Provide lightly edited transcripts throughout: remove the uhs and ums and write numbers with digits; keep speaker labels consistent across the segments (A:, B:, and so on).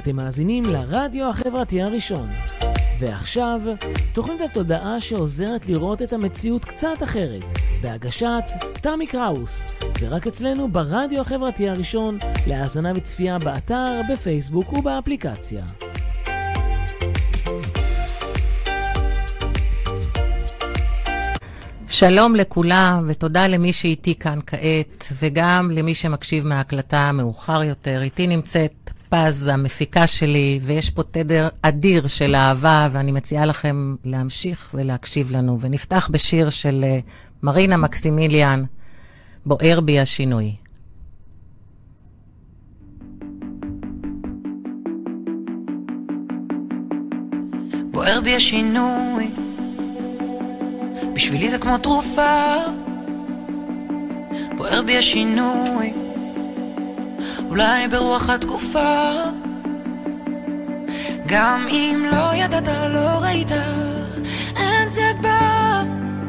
A: אתם מאזינים לרדיו החברתי הראשון. ועכשיו, תוכנית התודעה שעוזרת לראות את המציאות קצת אחרת, בהגשת תמי קראוס, ורק אצלנו ברדיו החברתי הראשון, להאזנה וצפייה באתר, בפייסבוק ובאפליקציה.
B: שלום לכולם, ותודה למי שאיתי כאן כעת, וגם למי שמקשיב מההקלטה מאוחר יותר. איתי נמצאת פז, המפיקה שלי, ויש פה תדר אדיר של אהבה, ואני מציעה לכם להמשיך ולהקשיב לנו. ונפתח בשיר של מרינה מקסימיליאן, בוער בי השינוי.
C: בוער בי השינוי, בשבילי זה כמו תרופה. בוער בי השינוי, אולי ברוח התקופה. גם אם לא ידעת, לא ראית, אין זה בא.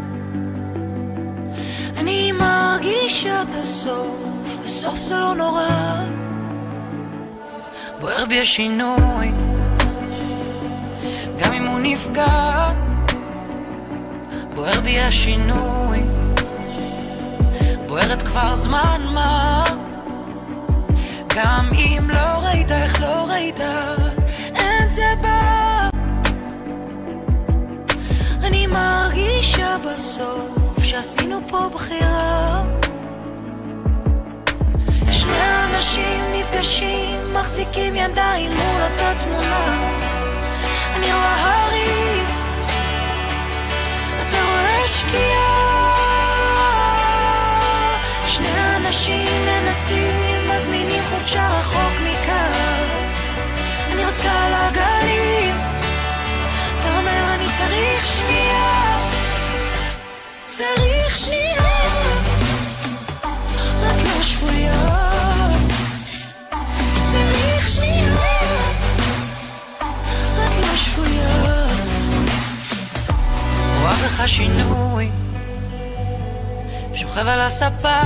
C: אני מרגישה את הסוף, וסוף זה לא נורא. בוער בי השינוי, גם אם הוא נפגע. בוער בי השינוי, בוערת כבר זמן מה. גם אם לא ראית, איך לא ראית, אין זה בא. אני מרגישה בסוף שעשינו פה בחירה. שני אנשים נפגשים, מחזיקים ידיים מול אותה תמונה. אני רואה הרים, אתה רואה שקיעה. שני אנשים מנסים, מזמינים חופשה רחוק מכאן. אני רוצה לגלים, אתה אומר אני צריך שנייה. צריך שנייה, את לא שבויה. צריך שנייה, את לא שבויה. רואה בך שינוי, שוכב על הספה.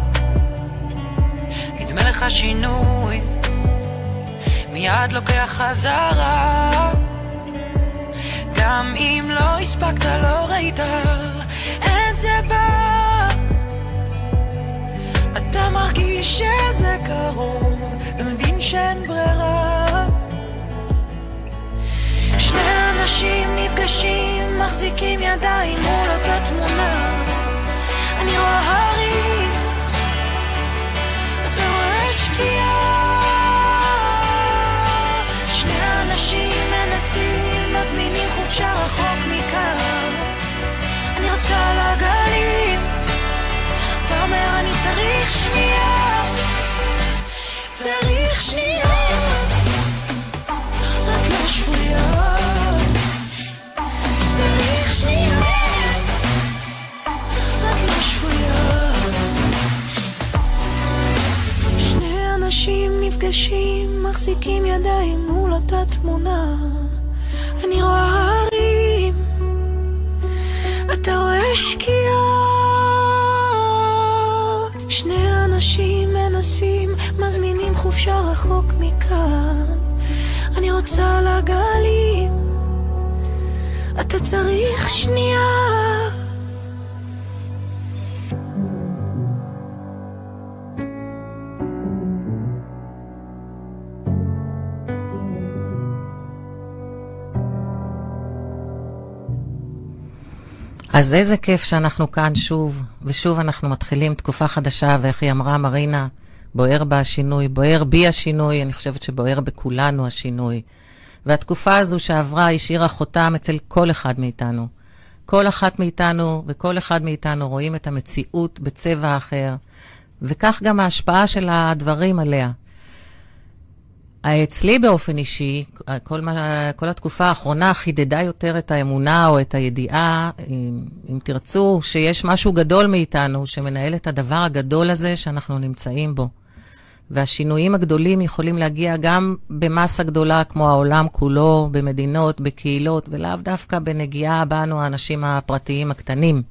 C: נדמה לך שינוי, מיד לוקח חזרה. גם אם לא הספקת, לא ראית, אין זה בא. אתה מרגיש שזה קרוב, ומבין שאין ברירה. שני אנשים נפגשים, מחזיקים ידיים מול אותה תמונה. אני רואה הרים, אתה רואה שקיעה. שני אנשים מנסים, מזמינים חופשה רחוק מכאן. אני רוצה לגלים, אתה אומר אני צריך שנייה. צריך שנייה, את לא שבויה. צריך שנייה, את לא שבויה. שני אנשים נפגשים, מחזיקים ידיים מול אותה תמונה. אני רואה הרים, אתה רואה שקיעה. שני אנשים מנסים, מזמינים חופשה רחוק מכאן. אני רוצה לגלים, אתה צריך שנייה.
B: אז איזה כיף שאנחנו כאן שוב, ושוב אנחנו מתחילים תקופה חדשה, ואיך היא אמרה מרינה, בוער בה השינוי, בוער בי השינוי, אני חושבת שבוער בכולנו השינוי. והתקופה הזו שעברה השאירה חותם אצל כל אחד מאיתנו. כל אחת מאיתנו וכל אחד מאיתנו רואים את המציאות בצבע אחר, וכך גם ההשפעה של הדברים עליה. אצלי באופן אישי, כל התקופה האחרונה חידדה יותר את האמונה או את הידיעה, אם תרצו, שיש משהו גדול מאיתנו שמנהל את הדבר הגדול הזה שאנחנו נמצאים בו. והשינויים הגדולים יכולים להגיע גם במסה גדולה כמו העולם כולו, במדינות, בקהילות, ולאו דווקא בנגיעה בנו האנשים הפרטיים הקטנים.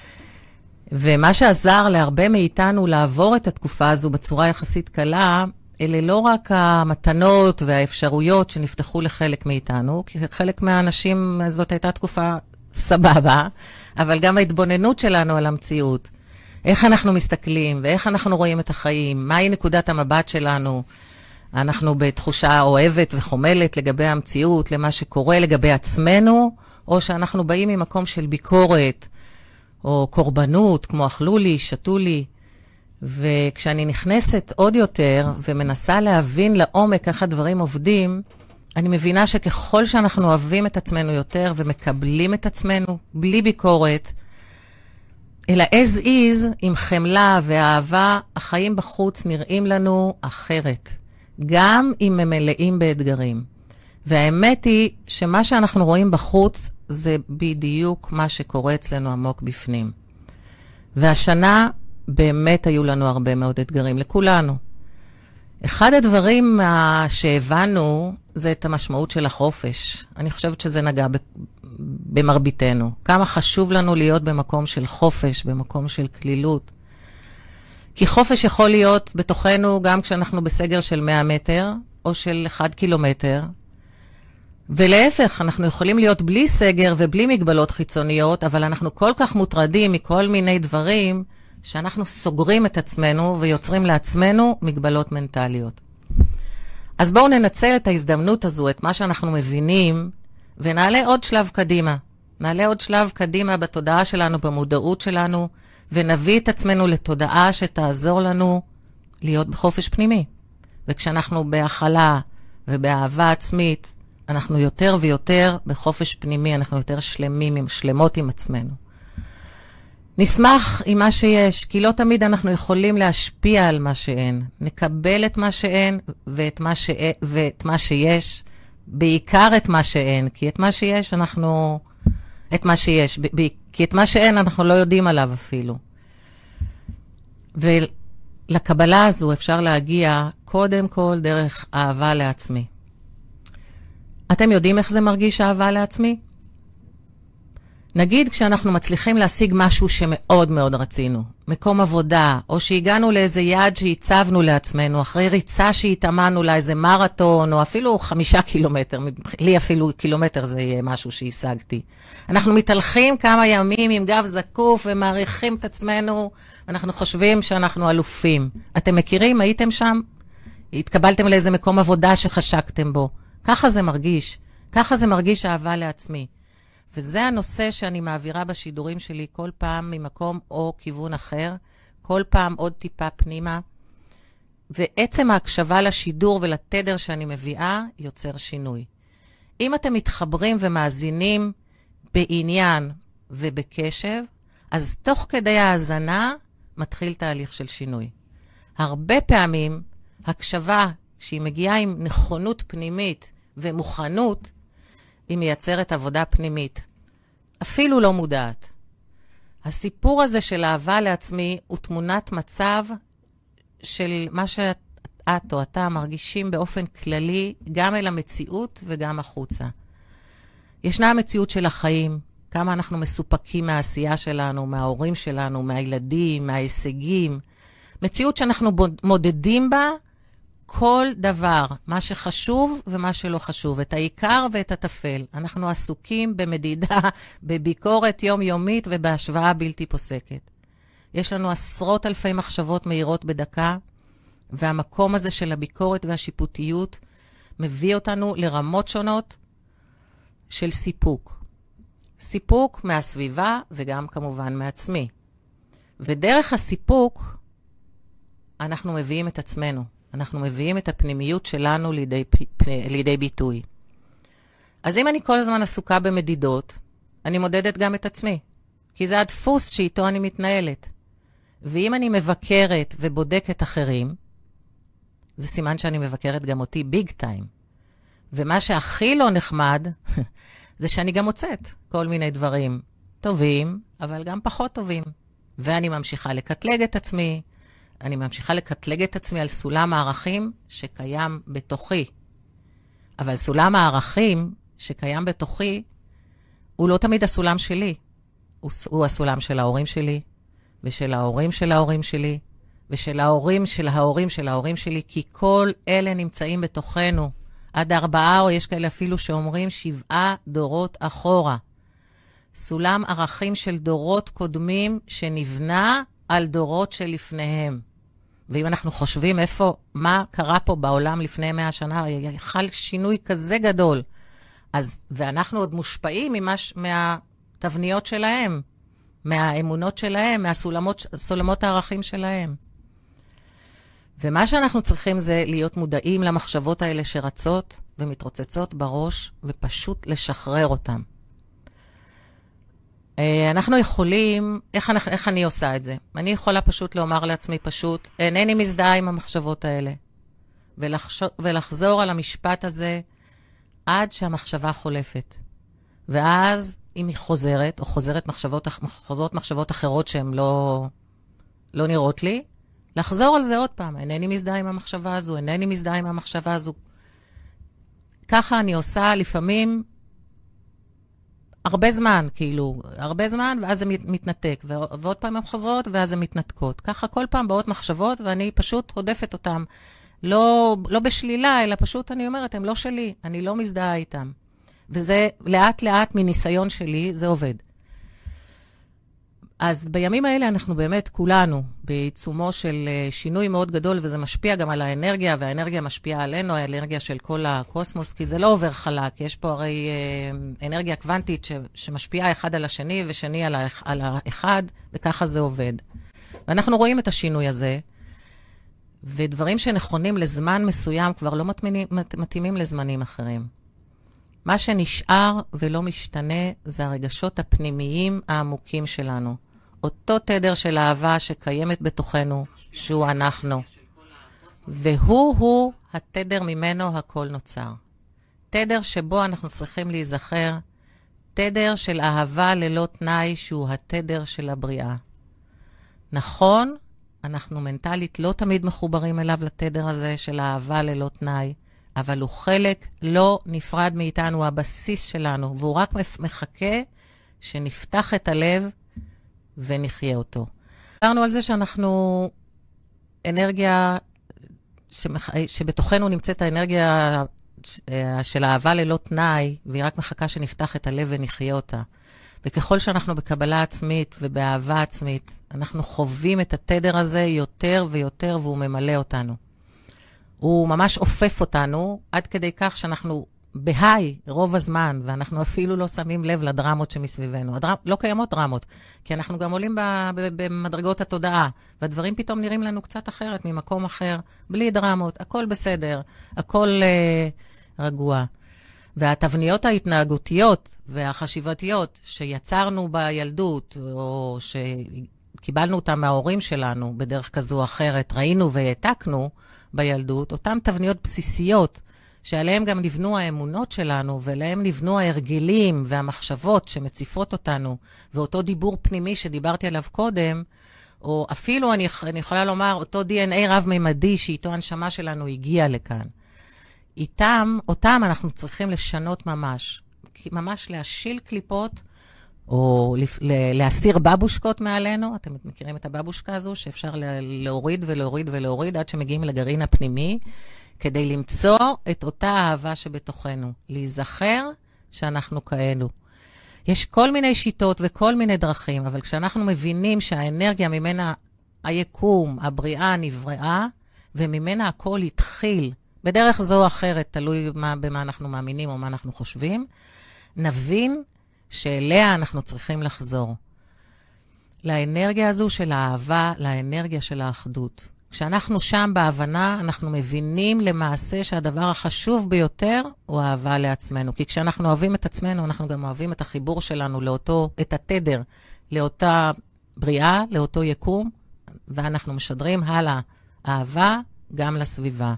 B: ומה שעזר להרבה מאיתנו לעבור את התקופה הזו בצורה יחסית קלה, אלה לא רק המתנות והאפשרויות שנפתחו לחלק מאיתנו, כי חלק מהאנשים, זאת הייתה תקופה סבבה, אבל גם ההתבוננות שלנו על המציאות. איך אנחנו מסתכלים ואיך אנחנו רואים את החיים, מהי נקודת המבט שלנו. אנחנו בתחושה אוהבת וחומלת לגבי המציאות, למה שקורה לגבי עצמנו, או שאנחנו באים ממקום של ביקורת, או קורבנות, כמו אכלו לי, שתו לי. וכשאני נכנסת עוד יותר ומנסה להבין לעומק איך הדברים עובדים, אני מבינה שככל שאנחנו אוהבים את עצמנו יותר ומקבלים את עצמנו בלי ביקורת, אלא as is, עם חמלה ואהבה, החיים בחוץ נראים לנו אחרת, גם אם הם מלאים באתגרים. והאמת היא שמה שאנחנו רואים בחוץ זה בדיוק מה שקורה אצלנו עמוק בפנים. והשנה באמת היו לנו הרבה מאוד אתגרים, לכולנו. אחד הדברים שהבנו זה את המשמעות של החופש. אני חושבת שזה נגע במרביתנו. כמה חשוב לנו להיות במקום של חופש, במקום של כלילות. כי חופש יכול להיות בתוכנו גם כשאנחנו בסגר של 100 מטר או של 1 קילומטר. ולהפך, אנחנו יכולים להיות בלי סגר ובלי מגבלות חיצוניות, אבל אנחנו כל כך מוטרדים מכל מיני דברים שאנחנו סוגרים את עצמנו ויוצרים לעצמנו מגבלות מנטליות. אז בואו ננצל את ההזדמנות הזו, את מה שאנחנו מבינים, ונעלה עוד שלב קדימה. נעלה עוד שלב קדימה בתודעה שלנו, במודעות שלנו, ונביא את עצמנו לתודעה שתעזור לנו להיות בחופש פנימי. וכשאנחנו בהכלה ובאהבה עצמית, אנחנו יותר ויותר בחופש פנימי, אנחנו יותר שלמות עם עצמנו. נשמח עם מה שיש, כי לא תמיד אנחנו יכולים להשפיע על מה שאין. נקבל את מה שאין ואת מה שיש, בעיקר את מה שאין, כי את מה שיש אנחנו... כי את מה שאין אנחנו לא יודעים עליו אפילו. ולקבלה הזו אפשר להגיע קודם כל דרך אהבה לעצמי. אתם יודעים איך זה מרגיש אהבה לעצמי? נגיד כשאנחנו מצליחים להשיג משהו שמאוד מאוד רצינו, מקום עבודה, או שהגענו לאיזה יעד שהצבנו לעצמנו, אחרי ריצה שהתאמנו לאיזה מרתון, או אפילו 5 קילומטר, לי אפילו קילומטר זה יהיה משהו שהשגתי. אנחנו מתהלכים כמה ימים עם גב זקוף ומעריכים את עצמנו, ואנחנו חושבים שאנחנו אלופים. אתם מכירים? הייתם שם? התקבלתם לאיזה מקום עבודה שחשקתם בו. ככה זה מרגיש. ככה זה מרגיש אהבה לעצמי. וזה הנושא שאני מעבירה בשידורים שלי כל פעם ממקום או כיוון אחר, כל פעם עוד טיפה פנימה, ועצם ההקשבה לשידור ולתדר שאני מביאה יוצר שינוי. אם אתם מתחברים ומאזינים בעניין ובקשב, אז תוך כדי ההאזנה מתחיל תהליך של שינוי. הרבה פעמים הקשבה, כשהיא מגיעה עם נכונות פנימית ומוכנות, היא מייצרת עבודה פנימית, אפילו לא מודעת. הסיפור הזה של אהבה לעצמי הוא תמונת מצב של מה שאת או אתה מרגישים באופן כללי, גם אל המציאות וגם החוצה. ישנה המציאות של החיים, כמה אנחנו מסופקים מהעשייה שלנו, מההורים שלנו, מהילדים, מההישגים. מציאות שאנחנו מודדים בה כל דבר, מה שחשוב ומה שלא חשוב, את העיקר ואת הטפל. אנחנו עסוקים במדידה, בביקורת יומיומית ובהשוואה בלתי פוסקת. יש לנו 10,000 מחשבות מהירות בדקה, והמקום הזה של הביקורת והשיפוטיות מביא אותנו לרמות שונות של סיפוק. סיפוק מהסביבה וגם כמובן מעצמי. ודרך הסיפוק אנחנו מביאים את עצמנו. אנחנו מביאים את הפנימיות שלנו לידי ביטוי. אז אם אני כל הזמן עסוקה במדידות, אני מודדת גם את עצמי. כי זה הדפוס שאיתו אני מתנהלת. ואם אני מבקרת ובודקת אחרים, זה סימן שאני מבקרת גם אותי ביג טיים. ומה שהכי לא נחמד, זה שאני גם מוצאת כל מיני דברים טובים, אבל גם פחות טובים. ואני ממשיכה לקטלג את עצמי, אני ממשיכה לקטלג את עצמי על סולם הערכים שקיים בתוכי. אבל סולם הערכים שקיים בתוכי, הוא לא תמיד הסולם שלי. הוא הסולם של ההורים שלי, ושל ההורים של ההורים שלי, ושל ההורים של ההורים של ההורים שלי, כי כל אלה נמצאים בתוכנו. עד 4, או יש כאלה אפילו שאומרים 7 דורות אחורה. סולם ערכים של דורות קודמים שנבנה על דורות שלפניהם. ואם אנחנו חושבים מה קרה פה בעולם לפני 100 שנה, חל שינוי כזה גדול. ואנחנו עוד מושפעים מהתבניות שלהם, מהאמונות שלהם, מהסולמות הערכים שלהם. ומה שאנחנו צריכים זה להיות מודעים למחשבות האלה שרצות ומתרוצצות בראש, ופשוט לשחרר אותם. אנחנו יכולים, איך אני עושה את זה? אני יכולה פשוט לומר לעצמי פשוט, אינני מזדהה עם המחשבות האלה. ולחזור על המשפט הזה עד שהמחשבה חולפת. ואז אם היא חוזרת, או חוזרות מחשבות אחרות שהן לא נראות לי, לחזור על זה עוד פעם. אינני מזדהה עם המחשבה הזו, אינני מזדהה עם המחשבה הזו. ככה אני עושה לפעמים הרבה זמן, הרבה זמן, ואז זה מתנתק. ועוד פעם הן חוזרות, ואז הן מתנתקות. ככה כל פעם באות מחשבות, ואני פשוט הודפת אותן. לא בשלילה, אלא פשוט אני אומרת, הן לא שלי, אני לא מזדהה איתן. וזה לאט לאט מניסיון שלי, זה עובד. אז בימים האלה אנחנו באמת כולנו בעיצומו של שינוי מאוד גדול, וזה משפיע גם על האנרגיה, והאנרגיה משפיעה עלינו, האנרגיה של כל הקוסמוס, כי זה לא עובר חלק, יש פה הרי אנרגיה קוונטית שמשפיעה אחד על השני, ושני על האחד, וככה זה עובד. ואנחנו רואים את השינוי הזה, ודברים שנכונים לזמן מסוים כבר לא מתאימים לזמנים אחרים. מה שנשאר ולא משתנה זה הרגשות הפנימיים העמוקים שלנו. אותו תדר של אהבה שקיימת בתוכנו, שהוא אנחנו. והוא התדר ממנו הכל נוצר. תדר שבו אנחנו צריכים להיזכר, תדר של אהבה ללא תנאי, שהוא התדר של הבריאה. נכון, אנחנו מנטלית לא תמיד מחוברים אליו לתדר הזה של אהבה ללא תנאי, אבל הוא חלק לא נפרד מאיתנו, הבסיס שלנו, והוא רק מחכה שנפתח את הלב ונחיה אותו. דיברנו על זה שאנחנו אנרגיה, שבתוכנו נמצאת האנרגיה של אהבה ללא תנאי, והיא רק מחכה שנפתח את הלב ונחיה אותה. וככל שאנחנו בקבלה עצמית ובאהבה עצמית, אנחנו חווים את התדר הזה יותר ויותר, והוא ממלא אותנו. הוא ממש עופף אותנו, עד כדי כך שאנחנו בהיי רוב הזמן, ואנחנו אפילו לא שמים לב לדרמות שמסביבנו. לא קיימות דרמות, כי אנחנו גם עולים במדרגות התודעה, והדברים פתאום נראים לנו קצת אחרת, ממקום אחר, בלי דרמות, הכל בסדר, הכל רגוע. והתבניות ההתנהגותיות והחשיבתיות שיצרנו בילדות, או שקיבלנו אותם מההורים שלנו בדרך כזו או אחרת, ראינו והעתקנו בילדות, אותם תבניות בסיסיות, שעליהם גם נבנו האמונות שלנו, ועליהם נבנו ההרגלים והמחשבות שמציפות אותנו, ואותו דיבור פנימי שדיברתי עליו קודם, או אפילו אני יכולה לומר, אותו DNA רב-ממדי שאיתו הנשמה שלנו הגיעה לכאן. אותם אנחנו צריכים לשנות ממש. ממש להשיל קליפות, או להסיר בבושקות מעלינו. אתם מכירים את הבבושקה הזו, שאפשר להוריד ולהוריד ולהוריד, עד שמגיעים לגרעין הפנימי, כדי למצוא את אותה אהבה שבתוכנו. להיזכר שאנחנו כאלו. יש כל מיני שיטות וכל מיני דרכים, אבל כשאנחנו מבינים שהאנרגיה ממנה היקום, הבריאה נבראה, וממנה הכל התחיל, בדרך זו או אחרת, תלוי במה אנחנו מאמינים או מה אנחנו חושבים, נבין שאליה אנחנו צריכים לחזור. לאנרגיה הזו של האהבה, לאנרגיה של האחדות. כשאנחנו שם בהבנה, אנחנו מבינים למעשה שהדבר החשוב ביותר הוא האהבה לעצמנו. כי כשאנחנו אוהבים את עצמנו, אנחנו גם אוהבים את החיבור שלנו את התדר, לאותה בריאה, לאותו יקום, ואנחנו משדרים הלאה אהבה גם לסביבה.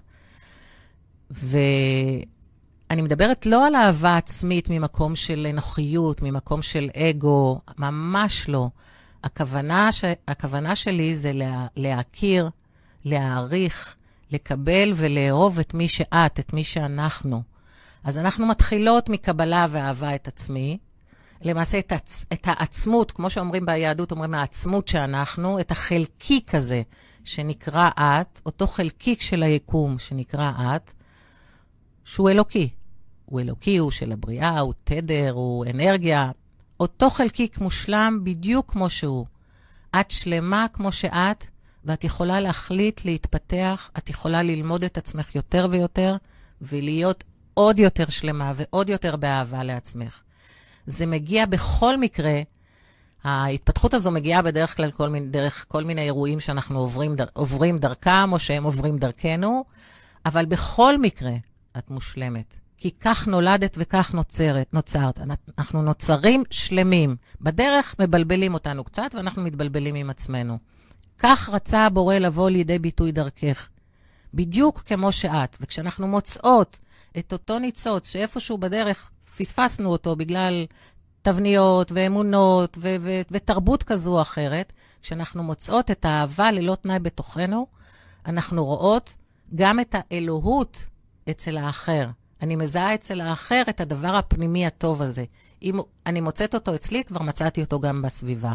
B: ואני מדברת לא על אהבה עצמית ממקום של נוחיות, ממקום של אגו, ממש לא. הכוונה שלי זה להכיר, להעריך, לקבל ולאהוב את מי שאת, את מי שאנחנו. אז אנחנו מתחילות מקבלה ואהבה את עצמי, למעשה את העצמות, כמו שאומרים ביהדות, אומרים העצמות שאנחנו, את החלקיק הזה שנקרא את, אותו חלקיק של היקום שנקרא את, שהוא אלוקי. הוא אלוקי, הוא של הבריאה, הוא תדר, הוא אנרגיה. אותו חלקיק מושלם בדיוק כמו שהוא. את שלמה כמו שאת, ואת יכולה להחליט להתפתח, את יכולה ללמוד את עצמך יותר ויותר, ולהיות עוד יותר שלמה ועוד יותר באהבה לעצמך. זה מגיע בכל מקרה, ההתפתחות הזו מגיעה בדרך כלל דרך כל מיני אירועים שאנחנו עוברים דרכם, או שהם עוברים דרכנו, אבל בכל מקרה את מושלמת. כי כך נולדת וכך נוצרת. אנחנו נוצרים שלמים. בדרך מבלבלים אותנו קצת, ואנחנו מתבלבלים עם עצמנו. כך רצה הבורא לבוא לידי ביטוי דרכך. בדיוק כמו שאת. וכשאנחנו מוצאות את אותו ניצוץ, שאיפשהו בדרך פספסנו אותו בגלל תבניות ואמונות ותרבות כזו או אחרת, כשאנחנו מוצאות את האהבה ללא תנאי בתוכנו, אנחנו רואות גם את האלוהות אצל האחר. אני מזהה אצל האחר את הדבר הפנימי הטוב הזה. אם אני מוצאת אותו אצלי, כבר מצאתי אותו גם בסביבה.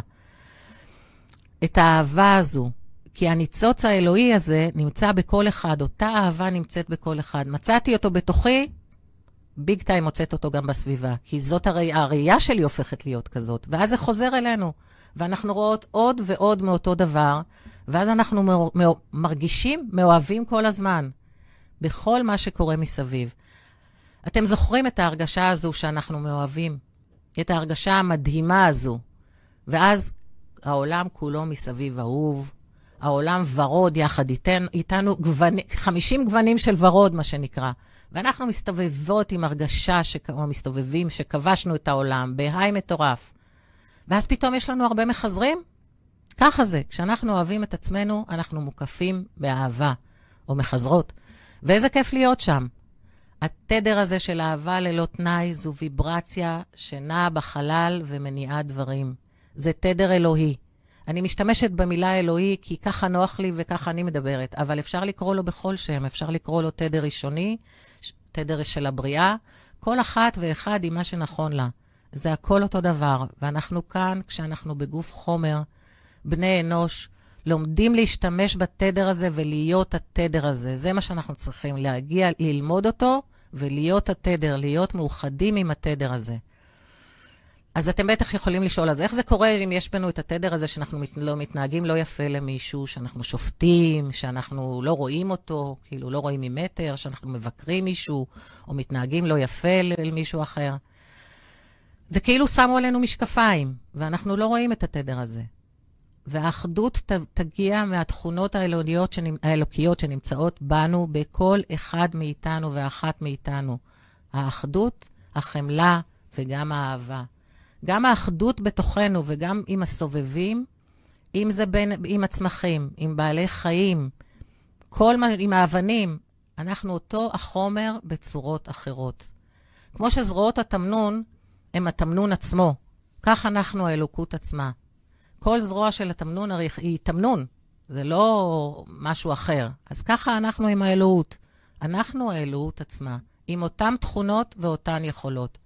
B: את האהבה הזו, כי הניצוץ האלוהי הזה נמצא בכל אחד, אותה אהבה נמצאת בכל אחד. מצאתי אותו בתוכי, ביג טיים מוצאת אותו גם בסביבה, כי זאת הראייה שלי הופכת להיות כזאת, ואז זה חוזר אלינו, ואנחנו רואות עוד ועוד מאותו דבר, ואז אנחנו מרגישים, מאוהבים כל הזמן, בכל מה שקורה מסביב. אתם זוכרים את ההרגשה הזו שאנחנו מאוהבים, את ההרגשה המדהימה הזו, ואז העולם כולו מסביב אהוב, העולם ורוד יחד איתנו 50 גוונים של ורוד, מה שנקרא. ואנחנו מסתובבות עם הרגשה מסתובבים שכבשנו את העולם, בהיי מטורף. ואז פתאום יש לנו הרבה מחזרים. ככה זה, כשאנחנו אוהבים את עצמנו, אנחנו מוקפים באהבה, או מחזרות. ואיזה כיף להיות שם. התדר הזה של אהבה ללא תנאי, זו ויברציה שנעה בחלל ומניעה דברים. זה תדר אלוהי. אני משתמשת במילה אלוהי כי ככה נוח לי וככה אני מדברת, אבל אפשר לקרוא לו בכל שם, אפשר לקרוא לו תדר ראשוני, תדר של הבריאה, כל אחת ואחד עם מה שנכון לה. זה הכל אותו דבר, ואנחנו כאן, כשאנחנו בגוף חומר, בני אנוש, לומדים להשתמש בתדר הזה ולהיות התדר הזה. זה מה שאנחנו צריכים, להגיע, ללמוד אותו ולהיות התדר, להיות מאוחדים עם התדר הזה. אז אתם בטח יכולים לשאול, אז איך זה קורה אם יש בנו את התדר הזה שאנחנו לא מתנהגים לא יפה למישהו, שאנחנו שופטים, שאנחנו לא רואים אותו, כאילו לא רואים ממטר, שאנחנו מבקרים מישהו, או מתנהגים לא יפה למישהו אחר. זה כאילו שמו עלינו משקפיים, ואנחנו לא רואים את התדר הזה. והאחדות תגיע מהתכונות האלוקיות שנמצאות בנו, בכל אחד מאיתנו ואחת מאיתנו. האחדות, החמלה וגם האהבה. גם האחדות בתוכנו וגם עם הסובבים, אם זה עם הצמחים, עם בעלי חיים, עם האבנים, אנחנו אותו החומר בצורות אחרות. כמו שזרועות התמנון הם התמנון עצמו, כך אנחנו האלוקות עצמה. כל זרוע של התמנון היא תמנון, זה לא משהו אחר. אז ככה אנחנו עם האלוהות. אנחנו האלוהות עצמה, עם אותן תכונות ואותן יכולות.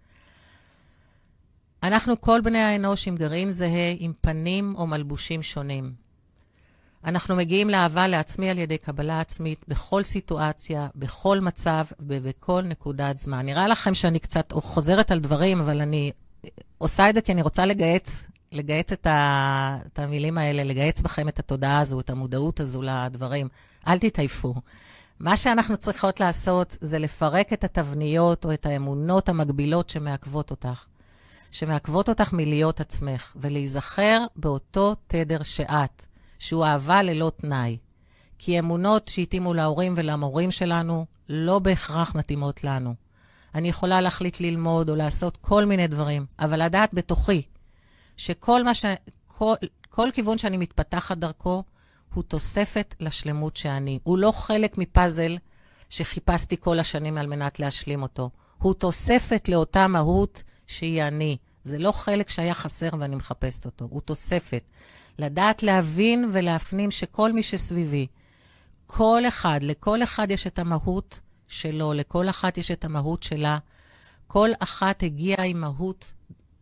B: אנחנו כל בני האנוש עם גרעין זהה, עם פנים או מלבושים שונים. אנחנו מגיעים לאהבה לעצמי על ידי קבלה עצמית בכל סיטואציה, בכל מצב ובכל נקודת זמן. נראה לכם שאני קצת חוזרת על דברים, אבל אני עושה את זה כי אני רוצה לגייץ את המילים האלה, לגייץ בכם את התודעה הזו, את המודעות הזו לדברים. אל תתעייפו. מה שאנחנו צריכות לעשות זה לפרק את התבניות או את האמונות המגבילות שמעכבות אותך. שמעכבות אותך מלהיות עצמך, ולהיזכר באותו תדר שאת, שהוא אהבה ללא תנאי. כי אמונות שהתאימו להורים ולמורים שלנו, לא בהכרח מתאימות לנו. אני יכולה להחליט ללמוד או לעשות כל מיני דברים, אבל לדעת בתוכי, שכל כל כיוון שאני מתפתחת דרכו, הוא תוספת לשלמות שאני. הוא לא חלק מפאזל שחיפשתי כל השנים על מנת להשלים אותו. הוא תוספת לאותה מהות שהיא אני. זה לא חלק שהיה חסר ואני מחפשת אותו. הוא תוספת. לדעת להבין ולהפנים שכל מי שסביבי, לכל אחד יש את המהות שלו, לכל אחת יש את המהות שלה. כל אחת הגיעה עם מהות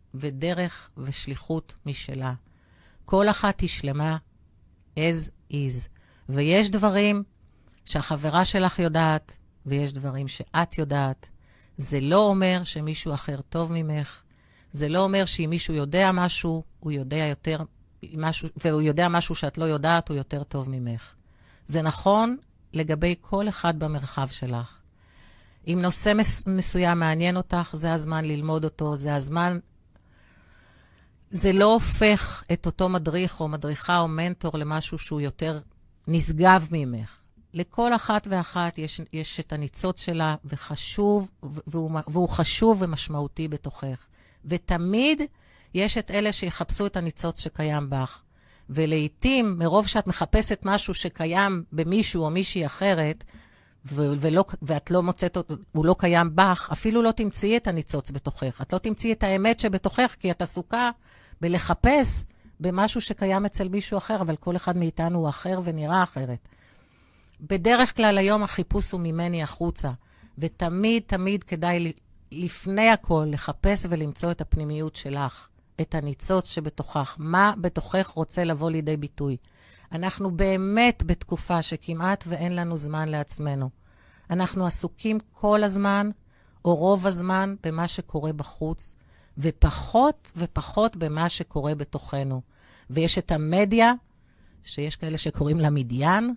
B: ודרך ושליחות משלה. כל אחת היא שלמה as is. ויש דברים שהחברה שלך יודעת, ויש דברים שאת יודעת. זה לא אומר שמישהו אחר טוב ממך. זה לא אומר שאם מישהו יודע משהו, הוא יודע יותר משהו, והוא יודע משהו שאת לא יודעת, הוא יותר טוב ממך. זה נכון לגבי כל אחד במרחב שלך. אם נושא מסוים מעניין אותך, זה הזמן ללמוד אותו, זה הזמן... זה לא הופך את אותו מדריך או מדריכה או מנטור למשהו שהוא יותר נשגב ממך. לכל אחת ואחת יש את הניצוץ שלה, והוא חשוב ומשמעותי בתוכך. ותמיד יש את אלה שיחפשו את הניצוץ שקיים בך. ולעיתים, מרוב שאת מחפשת משהו שקיים במישהו או מישהי אחרת, ואת לא מוצאת אותו, הוא לא קיים בך, אפילו לא תמצאי את הניצוץ בתוכך. את לא תמצאי את האמת שבתוכך, כי את עסוקה בלחפש במשהו שקיים אצל מישהו אחר, אבל כל אחד מאיתנו הוא אחר ונראה אחרת. בדרך כלל היום החיפוש הוא ממני החוצה, ותמיד תמיד כדאי לפני הכל לחפש ולמצוא את הפנימיות שלך, את הניצוץ שבתוכך, מה בתוכך רוצה לבוא לידי ביטוי. אנחנו באמת בתקופה שכמעט ואין לנו זמן לעצמנו. אנחנו עסוקים כל הזמן, או רוב הזמן, במה שקורה בחוץ, ופחות ופחות במה שקורה בתוכנו. ויש את המדיה, שיש כאלה שקוראים לה מדיין,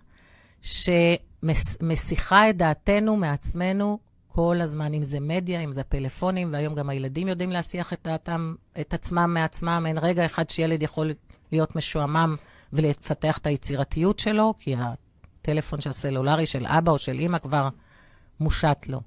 B: שמסיחה את דעתנו מעצמנו כל הזמן, אם זה מדיה, אם זה פלאפונים, והיום גם הילדים יודעים להסיח את דעתם, את עצמם מעצמם. אין רגע אחד שילד יכול להיות משועמם ולפתח את היצירתיות שלו, כי הטלפון של סלולרי של אבא או של אמא כבר מושת לו.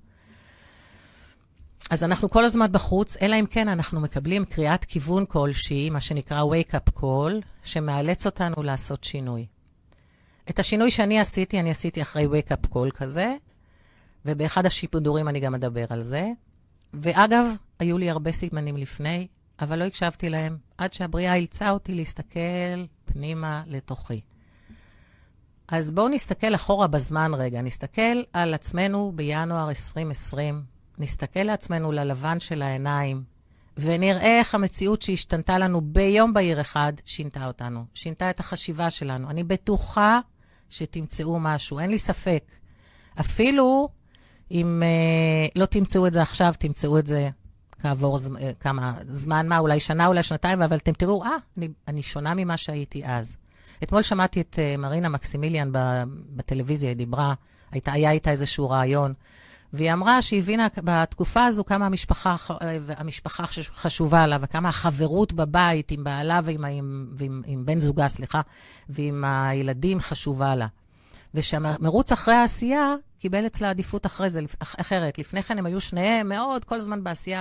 B: אז אנחנו כל הזמן בחוץ, אלא אם כן אנחנו מקבלים קריאת כיוון כלשהי, מה שנקרא wake-up call, שמאלץ אותנו לעשות שינוי. את השינוי שאני עשיתי אחרי wake-up call כזה, ובאחד השידורים אני גם אדבר על זה. ואגב, היו לי הרבה סימנים לפני, אבל לא הקשבתי להם, עד שהבריאה אילצה אותי להסתכל פנימה לתוכי. אז בואו נסתכל אחורה בזמן רגע, נסתכל על עצמנו בינואר 2020, נסתכל לעצמנו ללבן של העיניים, ונראה איך המציאות שהשתנתה לנו ביום בהיר אחד, שינתה אותנו, שינתה את החשיבה שלנו. אני בטוחה שתמצאו משהו, אין לי ספק. אפילו אם לא תמצאו את זה עכשיו, תמצאו את זה כעבור כמה זמן, מה, אולי שנה, אולי שנתיים, אבל אתם תראו, אני שונה ממה שהייתי אז. אתמול שמעתי את מרינה מקסימיליאן בטלוויזיה, היא דיברה, היה איתה איזשהו רעיון, והיא אמרה שהיא הבינה בתקופה הזו כמה המשפחה חשובה לה, וכמה החברות בבית עם בעלה ועם בן זוגה, ועם הילדים חשובה לה. ושהמרוץ אחרי העשייה קיבל אצלה עדיפות אחרת. לפני כן הם היו שניהם מאוד כל הזמן בעשייה.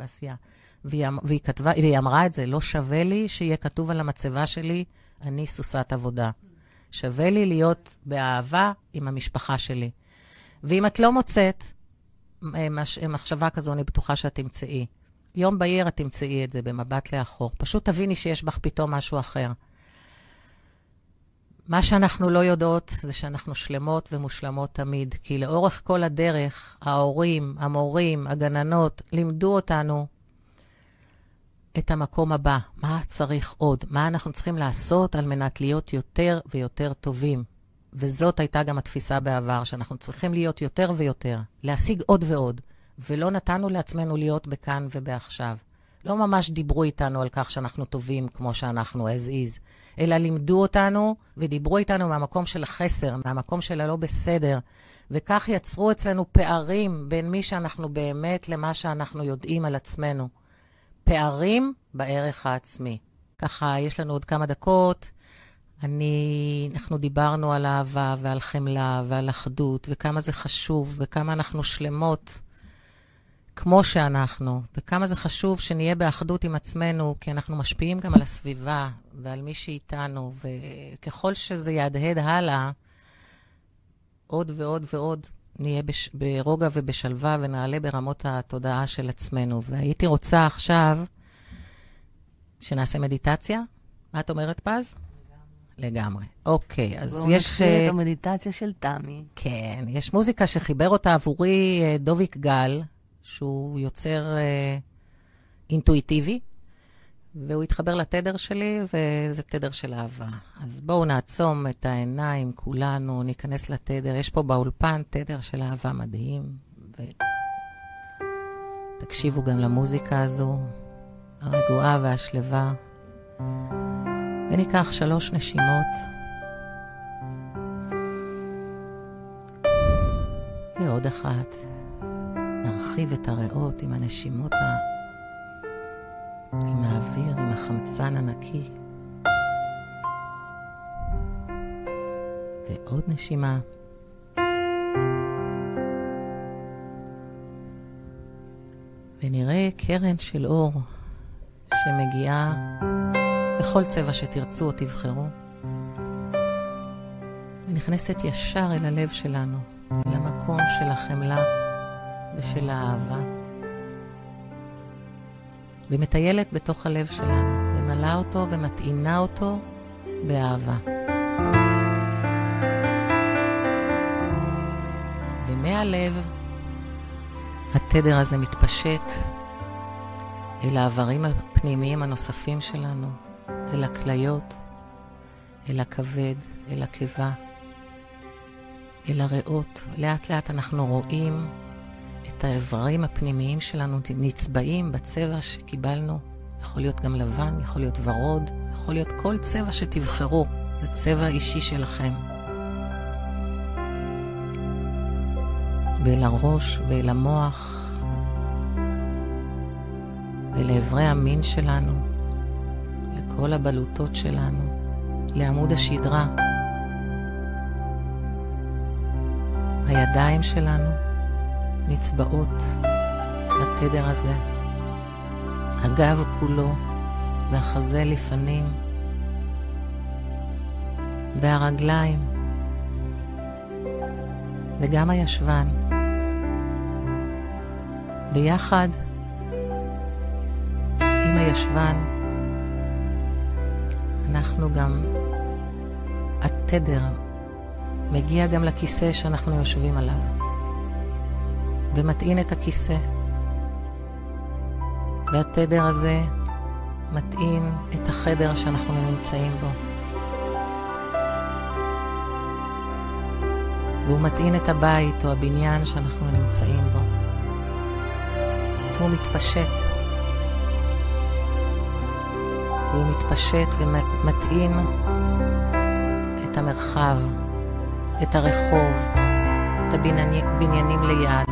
B: והיא אמרה את זה, לא שווה לי שיהיה כתוב על המצבה שלי, אני סוסת עבודה. שווה לי להיות באהבה עם המשפחה שלי. ואם את לא מוצאת מחשבה כזו, אני בטוחה שאת תמצאי. יום בהיר את תמצאי את זה במבט לאחור. פשוט תביני שיש בך פתאום משהו אחר. מה שאנחנו לא יודעות זה שאנחנו שלמות ומושלמות תמיד, כי לאורך כל הדרך, ההורים, המורים, הגננות, לימדו אותנו את המקום הבא. מה צריך עוד? מה אנחנו צריכים לעשות על מנת להיות יותר ויותר טובים? וזאת הייתה גם התפיסה בעבר, שאנחנו צריכים להיות יותר ויותר, להשיג עוד ועוד, ולא נתנו לעצמנו להיות בכאן ובעכשיו. לא ממש דיברו איתנו על כך שאנחנו טובים כמו שאנחנו as is, אלא לימדו אותנו ודיברו איתנו מהמקום של החסר, מהמקום של הלא בסדר, וכך יצרו אצלנו פערים בין מי שאנחנו באמת למה שאנחנו יודעים על עצמנו. פערים בערך העצמי. ככה יש לנו עוד כמה דקות. אנחנו דיברנו על אהבה ועל חמלה ועל אחדות, וכמה זה חשוב, וכמה אנחנו שלמות כמו שאנחנו, וכמה זה חשוב שנהיה באחדות עם עצמנו, כי אנחנו משפיעים גם על הסביבה ועל מי שאיתנו, וככל שזה יהדהד הלאה, עוד ועוד ועוד נהיה ברוגע ובשלווה, ונעלה ברמות התודעה של עצמנו. והייתי רוצה עכשיו שנעשה מדיטציה. מה את אומרת, פז? לגמרי. אוקיי, אז
D: בואו נתחיל את המדיטציה של תמי.
B: כן, יש מוזיקה שחיבר אותה עבורי דוביק גל, שהוא יוצר אינטואיטיבי, והוא התחבר לתדר שלי, וזה תדר של אהבה. אז בואו נעצום את העיניים, כולנו, ניכנס לתדר. יש פה באולפן תדר של אהבה מדהים, ותקשיבו גם למוזיקה הזו, הרגועה והשלווה. וניקח 3 נשימות. ועוד אחת. נרחיב את הריאות עם הנשימות עם האוויר, עם החמצן הנקי. ועוד נשימה. ונראה קרן של אור שמגיעה בכל צבע שתרצו או תבחרו. ונכנסת ישר אל הלב שלנו, אל המקום של החמלה ושל האהבה. ומטיילת בתוך הלב שלנו, ומלאה אותו ומטעינה אותו באהבה. ומהלב התדר הזה מתפשט אל העברים הפנימיים הנוספים שלנו, אל הכליות, אל הכבד, אל הקיבה, אל הריאות. לאט לאט אנחנו רואים את האיברים הפנימיים שלנו נצבעים בצבע שקיבלנו. יכול להיות גם לבן, יכול להיות ורוד, יכול להיות כל צבע שתבחרו. זה צבע אישי שלכם. ואל הראש ואל המוח, ולעברי המין שלנו, לכל הבלוטות שלנו, לעמוד השדרה. הידיים שלנו נצבעות בתדר הזה. הגב כולו והחזה לפנים, והרגליים, וגם הישבן. ביחד עם הישבן אנחנו גם, התדר מגיע גם לכיסא שאנחנו יושבים עליו ומטעין את הכיסא, והתדר הזה מטעין את החדר שאנחנו נמצאים בו, והוא מטעין את הבית או הבניין שאנחנו נמצאים בו, והוא מתפשט. והוא מתפשט ומטעין את המרחב, את הרחוב, את הבניינים ליד.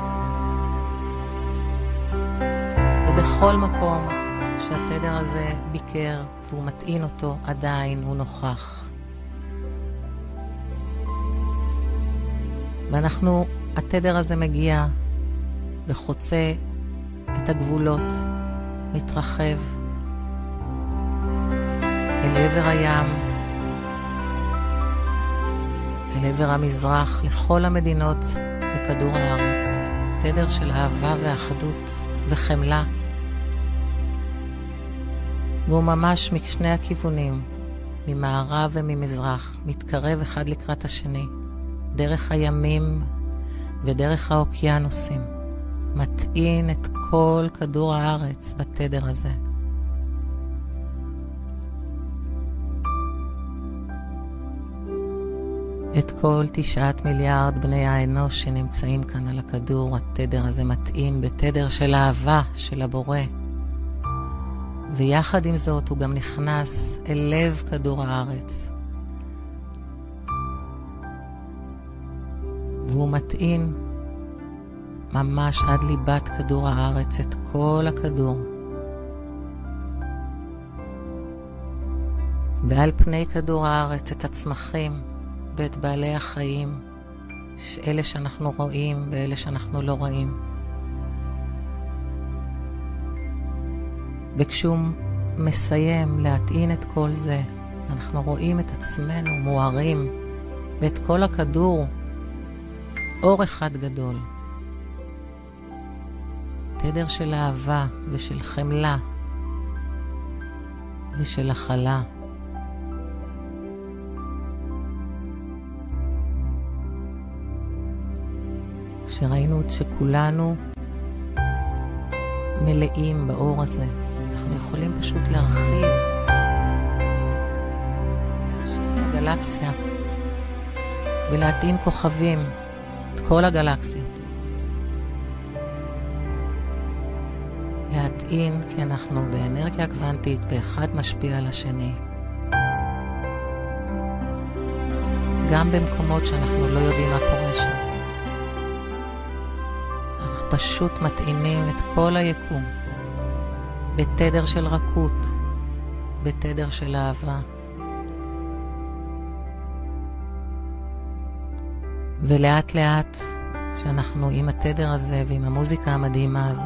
B: ובכל מקום שהתדר הזה ביקר והוא מטעין אותו, עדיין הוא נוכח. ואנחנו, התדר הזה מגיע וחוצה את הגבולות, מתרחב אל עבר הים, אל עבר המזרח, לכל המדינות בכדור הארץ. תדר של אהבה ואחדות וחמלה. והוא ממש משני הכיוונים, ממערב וממזרח, מתקרב אחד לקראת השני, דרך הימים ודרך האוקיינוסים. מטעין את כל כדור הארץ בתדר הזה. את כל 9 מיליארד בני האנוש שנמצאים כאן על הכדור, התדר הזה מטעין בתדר של אהבה של הבורא. ויחד עם זאת הוא גם נכנס אל לב כדור הארץ. והוא מטעין ממש עד ליבת כדור הארץ את כל הכדור. ועל פני כדור הארץ את הצמחים ואת בעלי החיים, אלה שאנחנו רואים ואלה שאנחנו לא רואים. וכשהוא מסיים להטעין את כל זה, אנחנו רואים את עצמנו מוארים, ואת כל הכדור אור אחד גדול. תדר של אהבה ושל חמלה ושל הכלה. שראינו שכולנו מלאים באור הזה, אנחנו יכולים פשוט להרחיב, להמשיך בגלקסיה, ולהטעין כוכבים, את כל הגלקסיות. להטעין כי אנחנו באנרגיה קוונטית, ואחד משפיע על השני. גם במקומות שאנחנו לא יודעים מה קורה שם. אנחנו פשוט מטעינים את כל היקום, בתדר של רכות, בתדר של אהבה. ולאט לאט, שאנחנו עם התדר הזה ועם המוזיקה המדהימה הזו,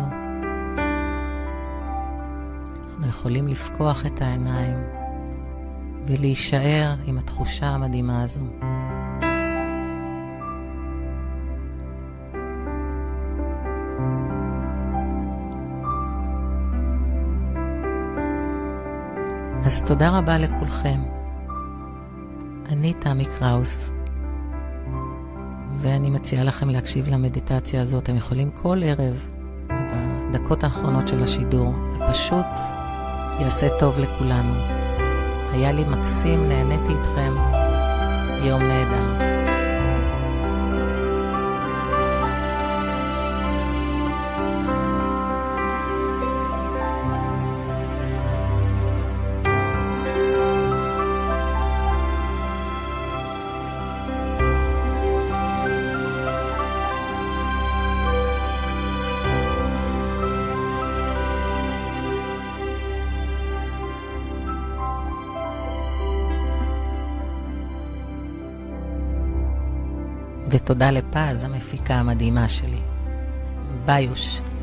B: אנחנו יכולים לפקוח את העיניים ולהישאר עם התחושה המדהימה הזו. אז תודה רבה לכולכם. אני תמי קראוס, ואני מציעה לכם להקשיב למדיטציה הזאת. אתם יכולים כל ערב, בדקות האחרונות של השידור, זה פשוט יעשה טוב לכולנו. היה לי מקסים, נהניתי איתכם. יום נהדר. ותודה לפז, המפיקה המדהימה שלי. ביוש.